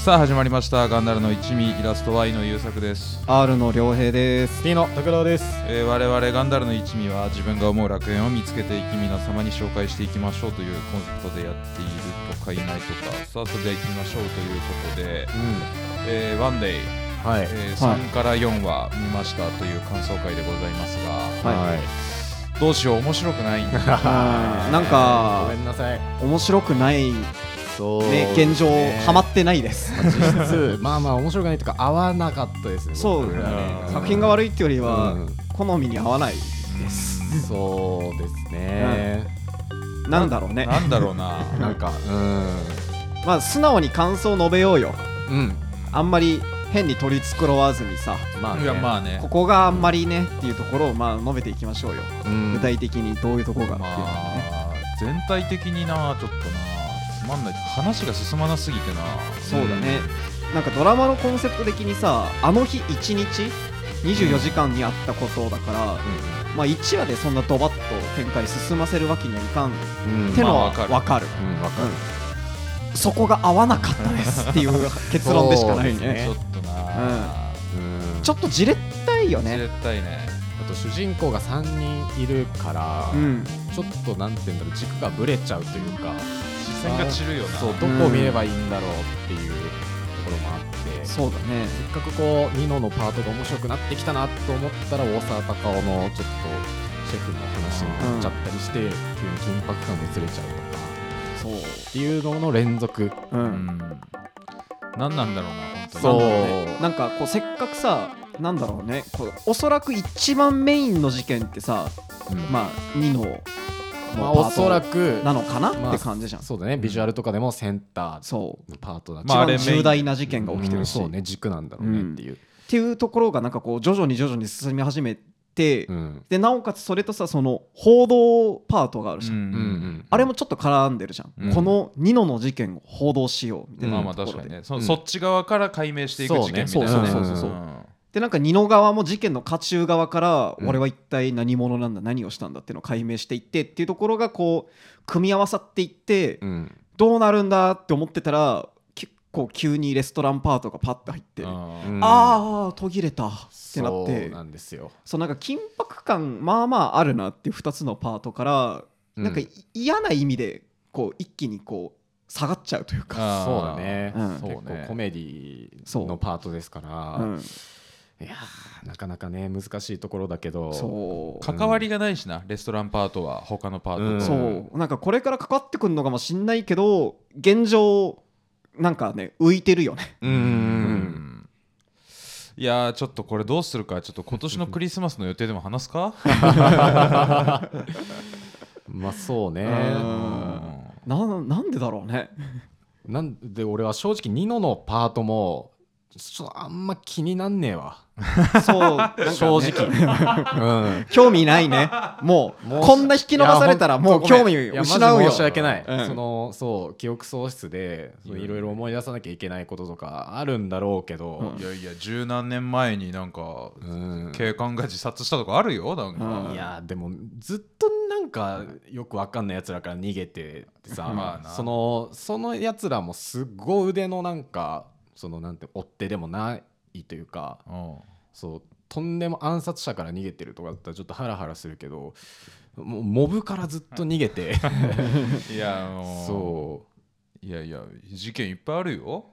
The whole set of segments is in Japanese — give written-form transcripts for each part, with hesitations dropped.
さあ始まりましたガンダルの一味、イラストは井野優作です。 R の良平です。 P の拓郎です。 我々ガンダルの一味は自分が思う楽園を見つけていき皆様に紹介していきましょうというコンセプトでやっているとかいないとか、さあそれでは行きましょうということで、ワンデイ、 はい、 3から4話見ましたという感想会でございますが、 はい、 どうしよう、面白くないんだなんかごめんなさい、 面白くないそうね、現状ハマってないです。 実質まあまあ面白くないというか合わなかったですね。 そう僕らね、 作品が悪いってよりは、好みに合わないです。 そうですね、 なんだろうね、 なんだろうななんかまあ素直に感想を述べようよ。あんまり変に取り繕わずにさ、 まあね、 いやまあね、 ここがあんまりねっていうところをまあ述べていきましょうよ。具体的にどういうところがっていうのはね、 全体的にな、ちょっとなつまんない、話が進まなすぎてな。 そうだね、なんかドラマのコンセプト的にさ、あの日1日24時間にあったことだから、まあ1話でそんなドバッと展開進ませるわけにはいかんってのは分かる。そこが合わなかったですっていう結論でしかないね。 ちょっとな、 ちょっとじれったいよね。 じれったいね。 あと主人公が3人いるから、ちょっとなんていうんだろう、軸がぶれちゃうというか、 視線が散るよな。 そう、どこを見ればいいんだろうっていうところもあって、 そうだね、 せっかくこうニノのパートが面白くなってきたなと思ったら、大沢たかおのちょっとシェフの話になっちゃったりして、急に緊迫感がずれちゃうとか、そうっていうのの連続。 何なんだろうな、本当に。 そうね、なんかこうせっかくさ、なんだろうね、こうおそらく一番メインの事件ってさ、まあニノのパートなのかなって感じじゃん。 そうだね、ビジュアルとかでもセンターのパートだ、 一番重大な事件が起きてるし、 そうね、軸なんだろうねっていう、 っていうところがなんかこう徐々に進み始めて、でなおかつそれとさ、その報道パートがあるじゃん、あれもちょっと絡んでるじゃん、このニノの事件を報道しようみたいな。 まあまあ確かにね、そっち側から解明していく事件みたいな。 そうで、なんかニノ側も事件の渦中側から、俺は一体何者なんだ、何をしたんだっていうのを解明していってっていうところがこう組み合わさっていって、どうなるんだって思ってたら、結構急にレストランパートがパッと入って、あ途切れたってなって、 そうなんですよ。 そう、なんか緊迫感まあまああるなっていう2つのパートから、なんか嫌な意味でこう一気にこう下がっちゃうというか。 そうだね、 結構コメディのパートですから、いやなかなかね難しいところだけど、 関わりがないしな、レストランパートは他のパートと。 そうなんかこれから関わってくるのかもしんないけど、現状なんかね浮いてるよね。 いやちょっとこれどうするか、ちょっと今年のクリスマスの予定でも話すかまあそうね、 なんでだろうね。 なんで俺は正直ニノのパートもちょっとあんま気になんねえわ。 そうなんか、ね、 正直、 興味ないね。もうこんな引き伸ばされたらもう興味失うよ。 申し訳ない、そう記憶喪失でいろいろ思い出さなきゃいけないこととかあるんだろうけど、 いやいや十何年前になんか、警官が自殺したとかあるよ、なんか、 いやでもずっとなんかよくわかんないやつらから逃げてさ、そのやつらもすっごい腕のなんかそのなんて追っ手でもないというか、そうとんでも暗殺者から逃げてるとかだったらちょっとハラハラするけど、もうモブからずっと逃げていやそういや事件いっぱいあるよ。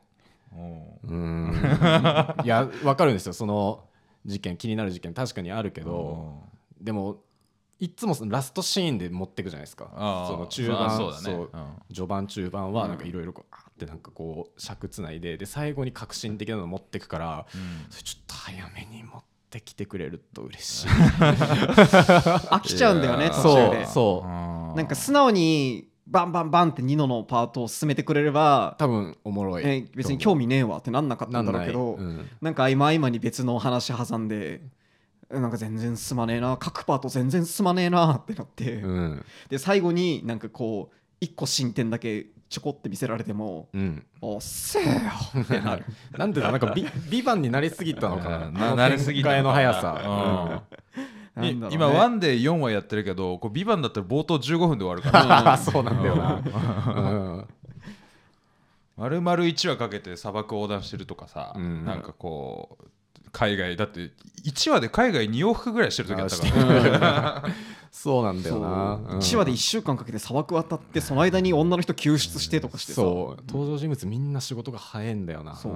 いやわかるんですよ、その事件、気になる事件確かにあるけど、でもいつもそのラストシーンで持ってくじゃないですか。その中盤、序盤中盤はなんかいろいろってなんかこう尺つないで最後に革新的なの持ってくから、それちょっと早めに持ってきてくれると嬉しい。 飽きちゃうんだよね、途中で。 そうなんか素直にバンバンバンってニノのパートを進めてくれれば多分おもろい、 別に興味ねえわってなんなかったんだろうけど、なんか合間合間に別の話挟んで、なんか全然進まねえな、各パート全然進まねえなってなって、で最後になんかこう一個進展だけちょこって見せられても、おっせえよってなる。 なんでだ、なんかビバンになりすぎたのかな、 なりすぎた展開の速さ。 今ワンで4話やってるけど、こうビバンだったら冒頭15分で終わるからそうなんだよな。 丸々1話かけて砂漠横断してるとかさ、なんかこう海外だって1話で海外2往復ぐらいしてる時あったからそうなんだよな。 1話で1週間かけて砂漠渡ってその間に女の人救出してとかしてさ、 そう登場人物みんな仕事が早いんだよな。 そう、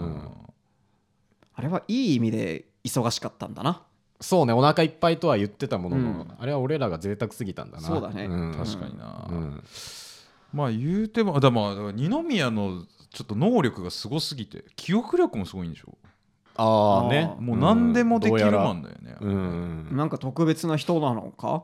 あれはいい意味で忙しかったんだな。 そうね、お腹いっぱいとは言ってたものの、あれは俺らが贅沢すぎたんだな。 そうだね、 確かにな、まあ言うてもだから二宮のちょっと能力がすごすぎて記憶力もすごいんでしょ。 ああね、 もう何でもできるもんだよね、 なんか特別な人なのか、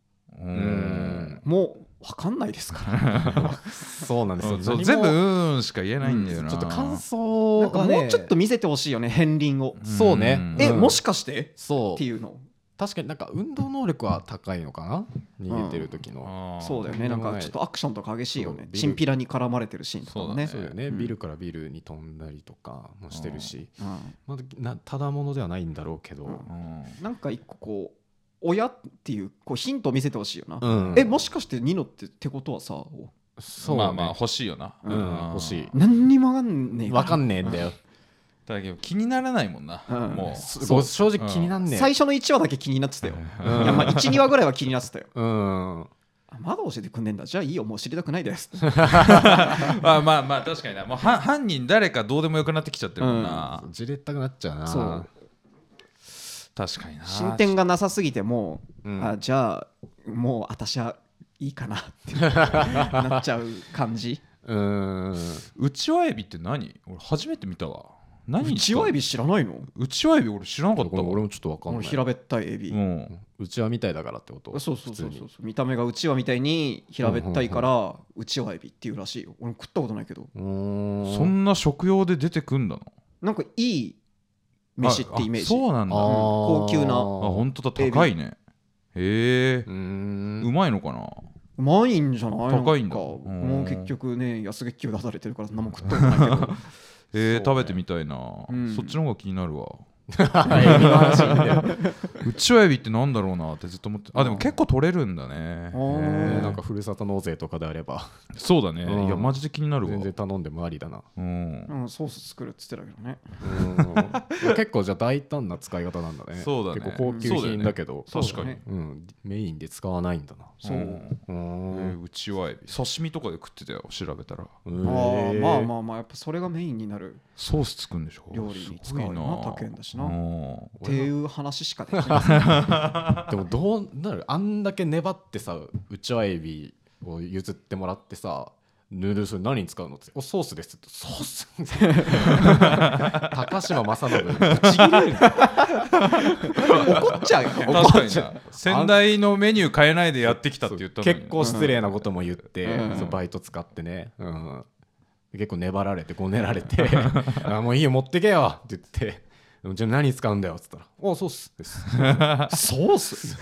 もう分かんないですからそうなんですよ、 全部しか言えないんだよな、 ちょっと感想がねもうちょっと見せてほしいよね、片鱗を。 そうね、 もしかしてそうっていうの。 確かになんか運動能力は高いのかな、逃げてる時の。 そうだよね、なんかちょっとアクションとか激しいよね。チンピラに絡まれてるシーンとかもね。 そうだよね、ビルからビルに飛んだりとかもしてるし、ただものではないんだろうけど、 なんか一個こう親っていうこうヒントを見せてほしいよな。もしかしてニノってことはさ、 そうまあまあ欲しいよな、 欲しい。 何にも分かんねえ分かんねえんだよ。 だけど気にならないもんな、もう正直気になんねえ。 最初の1話だけ気になってたよ。いやまあ 1,2 話ぐらいは気になってたよ。まだ教えてくんねえんだ、じゃあいいよ、もう知りたくないですまあまあ確かにな、もう犯人誰かどうでもよくなってきちゃってるもんな、 じれったくなっちゃうな。 そう確かにな、 進展がなさすぎてもじゃあもう私はいいかなってなっちゃう感じ。 うちわエビって何？俺初めて見たわ。 うちわエビ知らないの？ うちわエビ俺知らなかったわ。 俺もちょっと分かんない。 平べったいエビ、 うちわみたいだからってこと？ そう見た目がうちわみたいに平べったいからうちわエビっていうらしいよ。俺食ったことないけど。 そんな食用で出てくんだの？ なんかいい飯ってイメージ。 そうなんだ。 高級な。 本当だ、高いね。へえ。うまいのかな？ うまいんじゃないのか。 高いんだ。 もう結局ね、安月給出されてるから何も食ったことないけど食べてみたいな、そっちの方が気になるわエビの話いいんだよ。 うちわエビってなんだろうなってずっと思って、でも結構取れるんだね。 なんかふるさと納税とかであれば。 そうだね、いやマジで気になるわ。 全然頼んでもありだな。 ソース作るって言ってたけどね。 結構じゃあ大胆な使い方なんだね。 そうだね、 結構高級品だけど、 確かにメインで使わないんだな。 そう、 うちわエビ刺身とかで食ってたよ、調べたら。 まあやっぱそれがメインになるソース作るんでしょ、 料理に使うよな、高いんだしなっていう話しかできないでもどうなる、あんだけ粘ってさ、うちわエビを譲ってもらってさ、ヌードルそれ何に使うのって、ソースですって。ソース高島正信ぶち切れる怒っちゃうよね。 確かにな、先代のメニュー変えないでやってきたって言ったのに結構失礼なことも言って、バイト使ってね、結構粘られてごねられてもういいよ持ってけよって言って、じゃあ何使うんだよっつったら、ソースですソース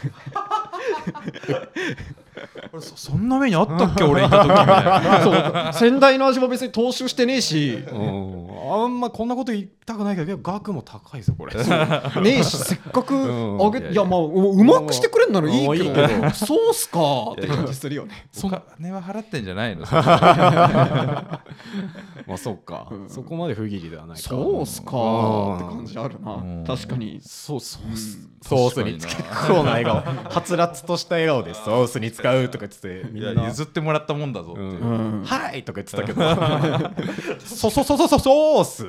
そんな目にあったっけ俺いた時みたいな。 そう、先代の味も別に踏襲してねえし、 あんまこんなこと言いたくないけど額も高いですよこれ。 ねえし、せっかくあげ、いやまあうまくしてくれんならいいけどソースかって感じするよね。 お金は払ってんじゃないの？ まあそうか、そこまで不義理ではないか。 ソースかって感じあるな。確かにソースに使う。こうな笑顔、はつらつとした笑顔でソースに使うとか言ってて、みんな譲ってもらったもんだぞってはいとか言ってたけどソース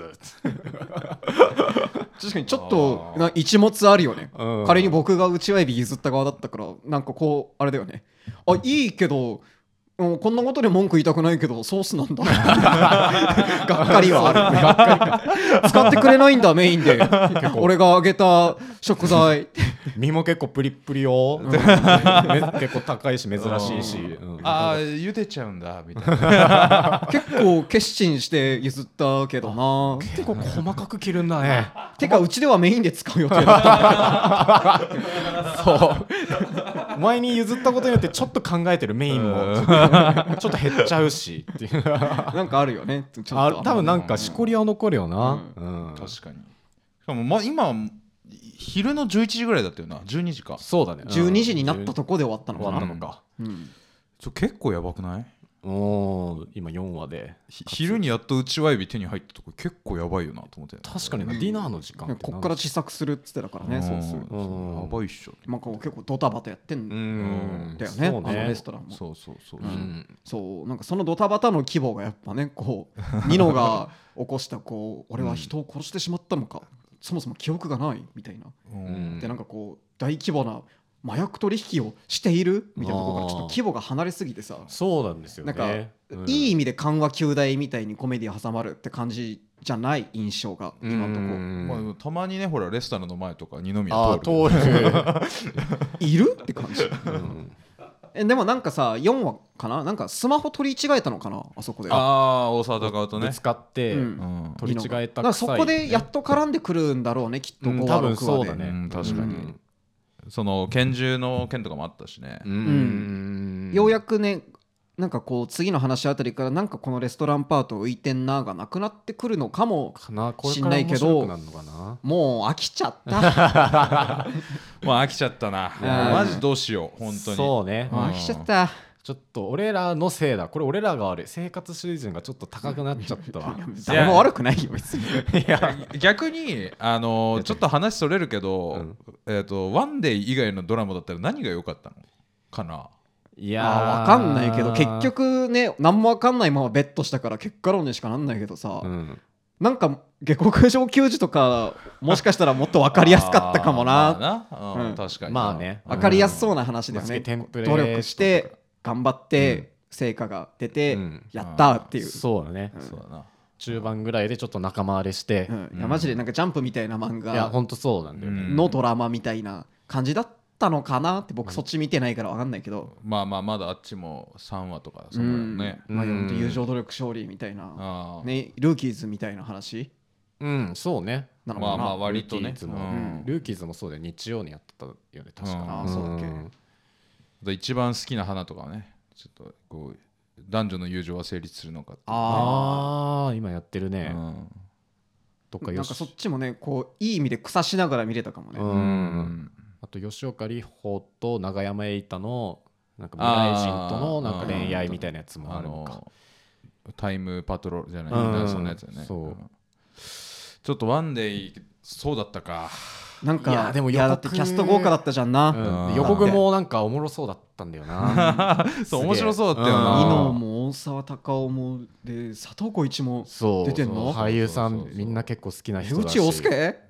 確かにちょっと一物あるよね。仮に僕がうちわエビ譲った側だったから、なんかこうあれだよね、いいけどこんなことで文句言いたくないけどソースなんだがっかりはある。使ってくれないんだメインで俺があげた食材身も結構プリップリよ、結構高いし珍しいし、 茹でちゃうんだみたいな結構決心して譲ったけどな。 結構細かく切るんだね。 てかうちではメインで使う予定だったそう前に譲ったことによってちょっと考えてるメインもちょっと減っちゃうしっていうなんかあるよね。 多分なんかしこりは残るよな。 確かに。しかも今昼の11時ぐらいだったよな。12時か。 そうだね。 12時になったとこで終わったのかな。 結構やばくない？ 今4話で昼にやっとうちわ指手に入ったとこ結構やばいよなと思って。 確かにディナーの時間ってこっから自作するっつってたからね。そうするやばいっしょ。 まあ結構ドタバタやってんだよね、あのレストランも。そうなんかそのドタバタの規模がやっぱね、こうニノが起こしたこう俺は人を殺してしまったのか、そもそも記憶がないみたいな、でなんかこう大規模な麻薬取引をしているみたいなところからちょっと規模が離れすぎてさ。 そうなんですよね。 なんか、いい意味で緩和球大みたいにコメディ挟まるって感じじゃない印象が今のところ。 まあ、たまにねほらレストランの前とか二宮通るいるって感じ。でもなんかさ4話かな、なんかスマホ取り違えたのかな、あそこで。 大沢たかおとねぶつかって取り違えただからそこでやっと絡んでくるんだろうね、きっと5話6話で。 そうだね、 確かに。その拳銃の件とかもあったしね。 ようやくねなんかこう次の話あたりからなんかこのレストランパート浮いてんながなくなってくるのかもしんないけど、もう飽きちゃったもう飽きちゃったな。マジどうしよう本当に。 そうね、 飽きちゃった。 ちょっと俺らのせいだ、これ俺らが悪い、生活水準がちょっと高くなっちゃったわ。 誰も悪くないよ別に。 いや逆にちょっと話それるけど、ワンデイ以外のドラマだったら何が良かったのかな。 いや分かんないけど結局ね何も分かんないままベットしたから結果論にしかなんないけどさ、なんか下克上球児とかもしかしたらもっと分かりやすかったかもな。 確かに。 まあね、 分かりやすそうな話だよね。努力して頑張って成果が出てやったっていう。 そうだね、中盤ぐらいでちょっと仲間割れして、 いやマジでなんかジャンプみたいな漫画、 いや本当そうなんだよね、 のドラマみたいな感じだったのかなって。僕そっち見てないから分かんないけど、 まあまだあっちも3話とかそのね、 友情努力勝利みたいなね、ルーキーズみたいな話。 そうね、 なのかな。 まあ割とね、 ルーキーズもそうで日曜にやってたよね確か。 そうだっけ。 一番好きな花とかね、ちょっとこう男女の友情は成立するのかって。 今やってるね。 とかなんかそっちもねこういい意味で草しながら見れたかもね。 あと吉岡里帆と永山瑛太のなんか未来人とのなんか恋愛みたいなやつもあるのか。 タイムパトロールじゃない、そんなやつだね。ちょっとワンデイそうだったか。 なんかいやでもだってキャスト豪華だったじゃんな。 予告もなんかおもろそうだったんだよな。 そう面白そうだったよな。 伊能も大沢たかおもで佐藤浩市も出てんの。 俳優さんみんな結構好きな人だし。 江口洋介？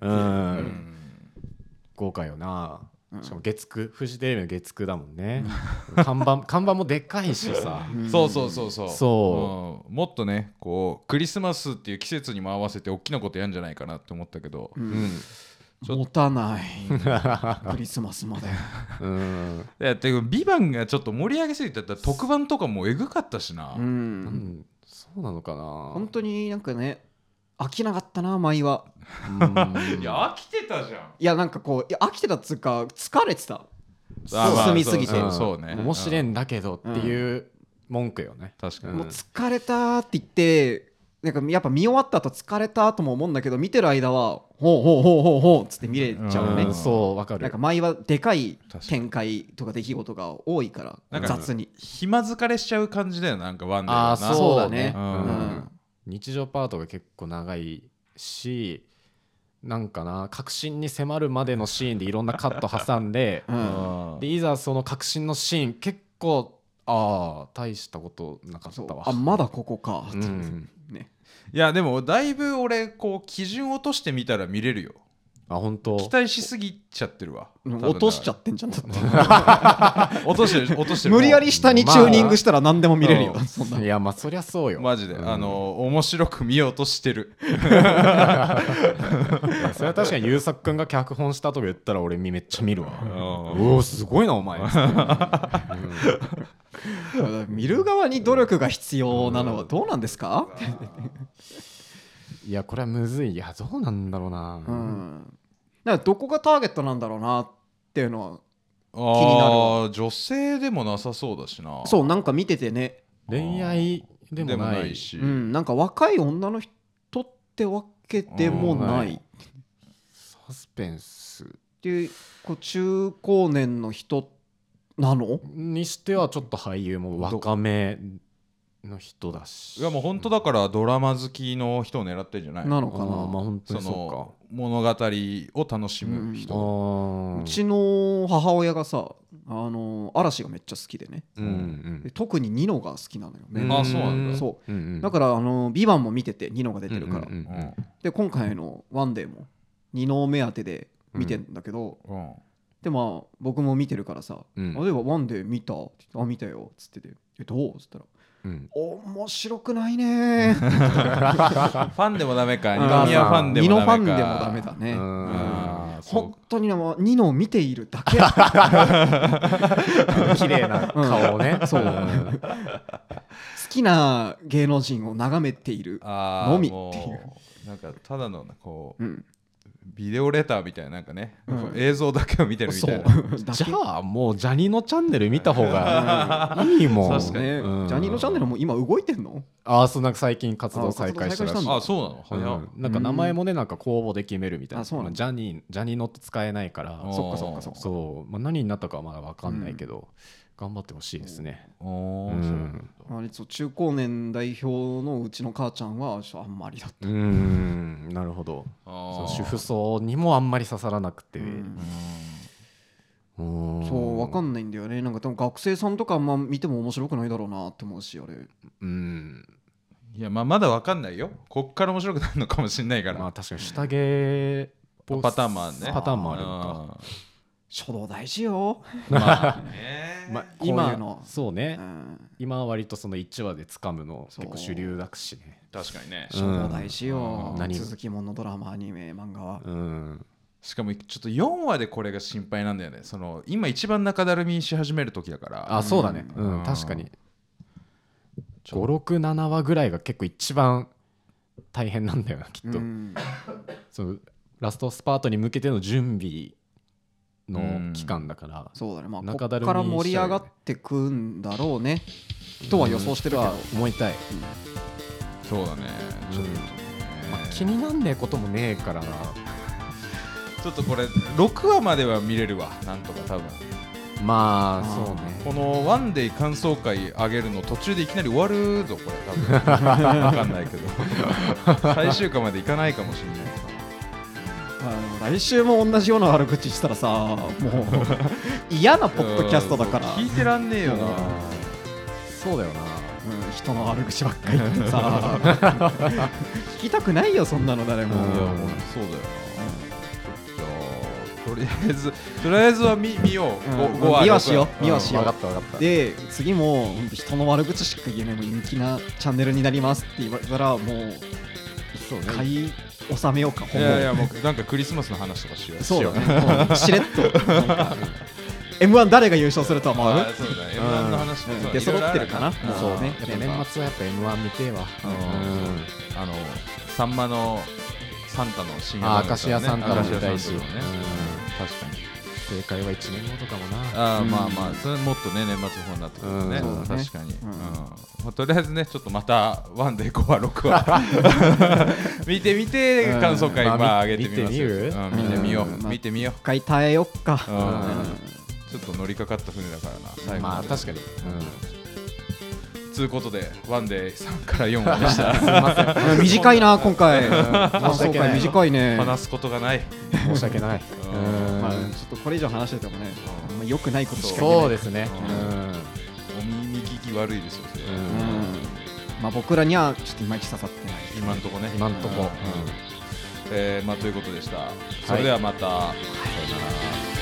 豪華よな。しかも月9、フジテレビの月9だもんね。看板もでっかいしさ。 そうもっとねこうクリスマスっていう季節にも合わせて大きなことやんじゃないかなって思ったけど、 持たないクリスマスまで。 てかビバンがちょっと盛り上げすぎてたら特番とかもエグかったしな。 そうなのかな。 本当になんかね飽きなかったな舞は。 いや飽きてたじゃん。 いやなんかこう飽きてたっつうか疲れてた。進みすぎて。 そうね。 面白いんだけどっていう文句よね。 確かに。 もう疲れたって言ってなんかやっぱ見終わった後疲れたとも思うんだけど見てる間はほうっつって見れちゃうね。 そうわかる。 なんか舞はでかい展開とか出来事が多いから雑に暇疲れしちゃう感じだよなんかワンデーはな。 そうだね。 日常パートが結構長いしなんかな確信に迫るまでのシーンでいろんなカット挟んで、でいざその確信のシーン結構大したことなかったわ。 まだここか、 ね。いやでもだいぶ俺こう基準落としてみたら見れるよ。 本当期待しすぎちゃってるわ。 落としちゃってんじゃん。 落としてる。 無理やり下にチューニングしたら何でも見れるよ。 いやまあそりゃそうよ。 マジで面白く見ようとしてる。 それは確かに優作くんが脚本したとか言ったら俺めっちゃ見るわ。おおすごいなお前。 見る側に努力が必要なのはどうなんですか？ いやこれはむずい。いやどうなんだろうな。 だからどこがターゲットなんだろうなっていうのは気になる。 女性でもなさそうだしな。 そうなんか見ててね恋愛でもないし、 なんか若い女の人ってわけでもない。 サスペンスでこう中高年の人なのにしてはちょっと俳優も若めの人だし、 いやもう本当だからドラマ好きの人を狙ってるんじゃないなのかな。 まあ本当にそうか、 物語を楽しむ人、 うちの母親がさ嵐がめっちゃ好きでね、で特にニノが好きなのよね。 あ、そうなんだ。 そう、だからビバンも見ててニノが出てるから、で今回のワンデーもニノ目当てで見てんだけど、でまあ僕も見てるからさ、あではワンデー見たって言って、あ見たよっつってて、どうっつったら、面白くないねファンでもダメか、二宮ファンでもダメか、 ニノファンでもダメだね。本当にニノを見ているだけ綺麗な顔をね、 そう好きな芸能人を眺めているのみっていう、 なんかただのこう、ビデオレターみたいな、なんかね、映像だけを見てるみたいな。 じゃあもうジャニーのチャンネル見た方がいいもん。 確かに、ジャニーのチャンネルも今動いてんの？ そう、なんか最近活動再開したらしい。 あ、そうなの？早っ。 なんか名前もね、なんか公募で決めるみたいな。 そうなんだ。 ジャニーのって使えないから。 そっかそっかそっか。 そう、何になったかはまだ分かんないけど、頑張ってほしいですね。 中高年代表のうちの母ちゃんはあんまりだった。 なるほど。主婦層にもあんまり刺さらなくて、 そう分かんないんだよね。なんか多分学生さんとかあんま見ても面白くないだろうなって思うし、あれ。 いや、まだ分かんないよ。こっから面白くなるのかもしれないから。 まあ確かに下着パターンもあるね。 パターンもあるのか。 書道大事よ。 今のそうね、今は割とその1話で掴むの結構主流だしね。 確かにね、 書道大事よ。続きものドラマ、アニメ、漫画は。 しかもちょっと4話でこれが心配なんだよね。今一番中だるみし始める時だから。 そうだね、確かに5、6、7話ぐらいが結構一番大変なんだよな、きっと。そのラストスパートに向けての準備の期間だから、 そうだね、まあこっから盛り上がってくんだろうねとは予想してるけど、 思いたい。 そうだね、 気になんねえこともねえからな。 ちょっとこれ6話までは見れるわ、なんとか多分。 まあそうね、 このワンデー感想会上げるの途中でいきなり終わるぞこれ多分分かんないけど最終回までいかないかもしれない。 来週も同じような悪口したらさ、もう嫌なポッドキャストだから聞いてらんねえよな。 そうだよな、 人の悪口ばっかり言ってさ聞きたくないよそんなの誰も。 そうだよな。とりあえずは見よう。 見はしよう。 分かった分かった。 で次も人の悪口しか言えない人気なチャンネルになりますって言われたらもう買い収めようか。 いやもうなんかクリスマスの話とかしよう。 そうだね、しれっとM1 誰が優勝するとは思う。 そうだね、M1 の話出揃ってるかな。 そうね、年末はやっぱ M1 見てえわ。 さんまのサンタの深夜明石家サンタも見たいし、 確かに正解は1年後とかもな。 まあそれもっとね年末の方になってくるね。確かに。とりあえずね、ちょっとまたワンデー5話6話見てみて感想会上げてみます。見てみよう。 一回耐えよっか。 ちょっと乗りかかった船だからな。 まあ確かに。 ということでワンデー3から4話でした。 すみません。 短いな今回。短いね。 話すことがない。 申し訳ない。 ちょっとこれ以上話しててもね、良くないことしか言えない。 そうですね。 お耳聞き悪いですよ。 まあ僕らにはちょっといまいち刺さってない。 今んとこね。 今んとこ。 まあということでした。それではまた。さよなら。